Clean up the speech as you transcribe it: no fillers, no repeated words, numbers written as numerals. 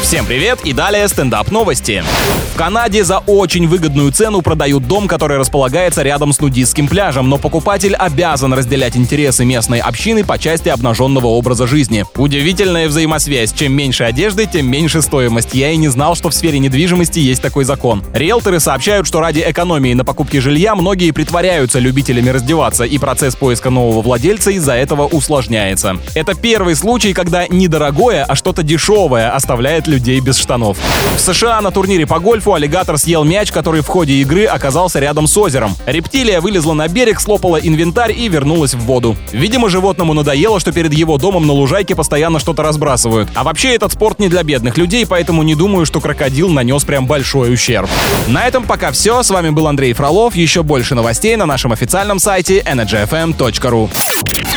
Всем привет и далее стендап-новости. В Канаде за очень выгодную цену продают дом, который располагается рядом с нудистским пляжем, но покупатель обязан разделять интересы местной общины по части обнаженного образа жизни. Удивительная взаимосвязь. Чем меньше одежды, тем меньше стоимость. Я и не знал, что в сфере недвижимости есть такой закон. Риэлторы сообщают, что ради экономии на покупке жилья многие притворяются любителями раздеваться, и процесс поиска нового владельца из-за этого усложняется. Это первый случай, когда недорогое, а что-то дешевое оставляет людей без штанов. В США на турнире по гольфу аллигатор съел мяч, который в ходе игры оказался рядом с озером. Рептилия вылезла на берег, слопала инвентарь и вернулась в воду. Видимо, животному надоело, что перед его домом на лужайке постоянно что-то разбрасывают. А вообще этот спорт не для бедных людей, поэтому не думаю, что крокодил нанес прям большой ущерб. На этом пока все. С вами был Андрей Фролов. Еще больше новостей на нашем официальном сайте energyfm.ru.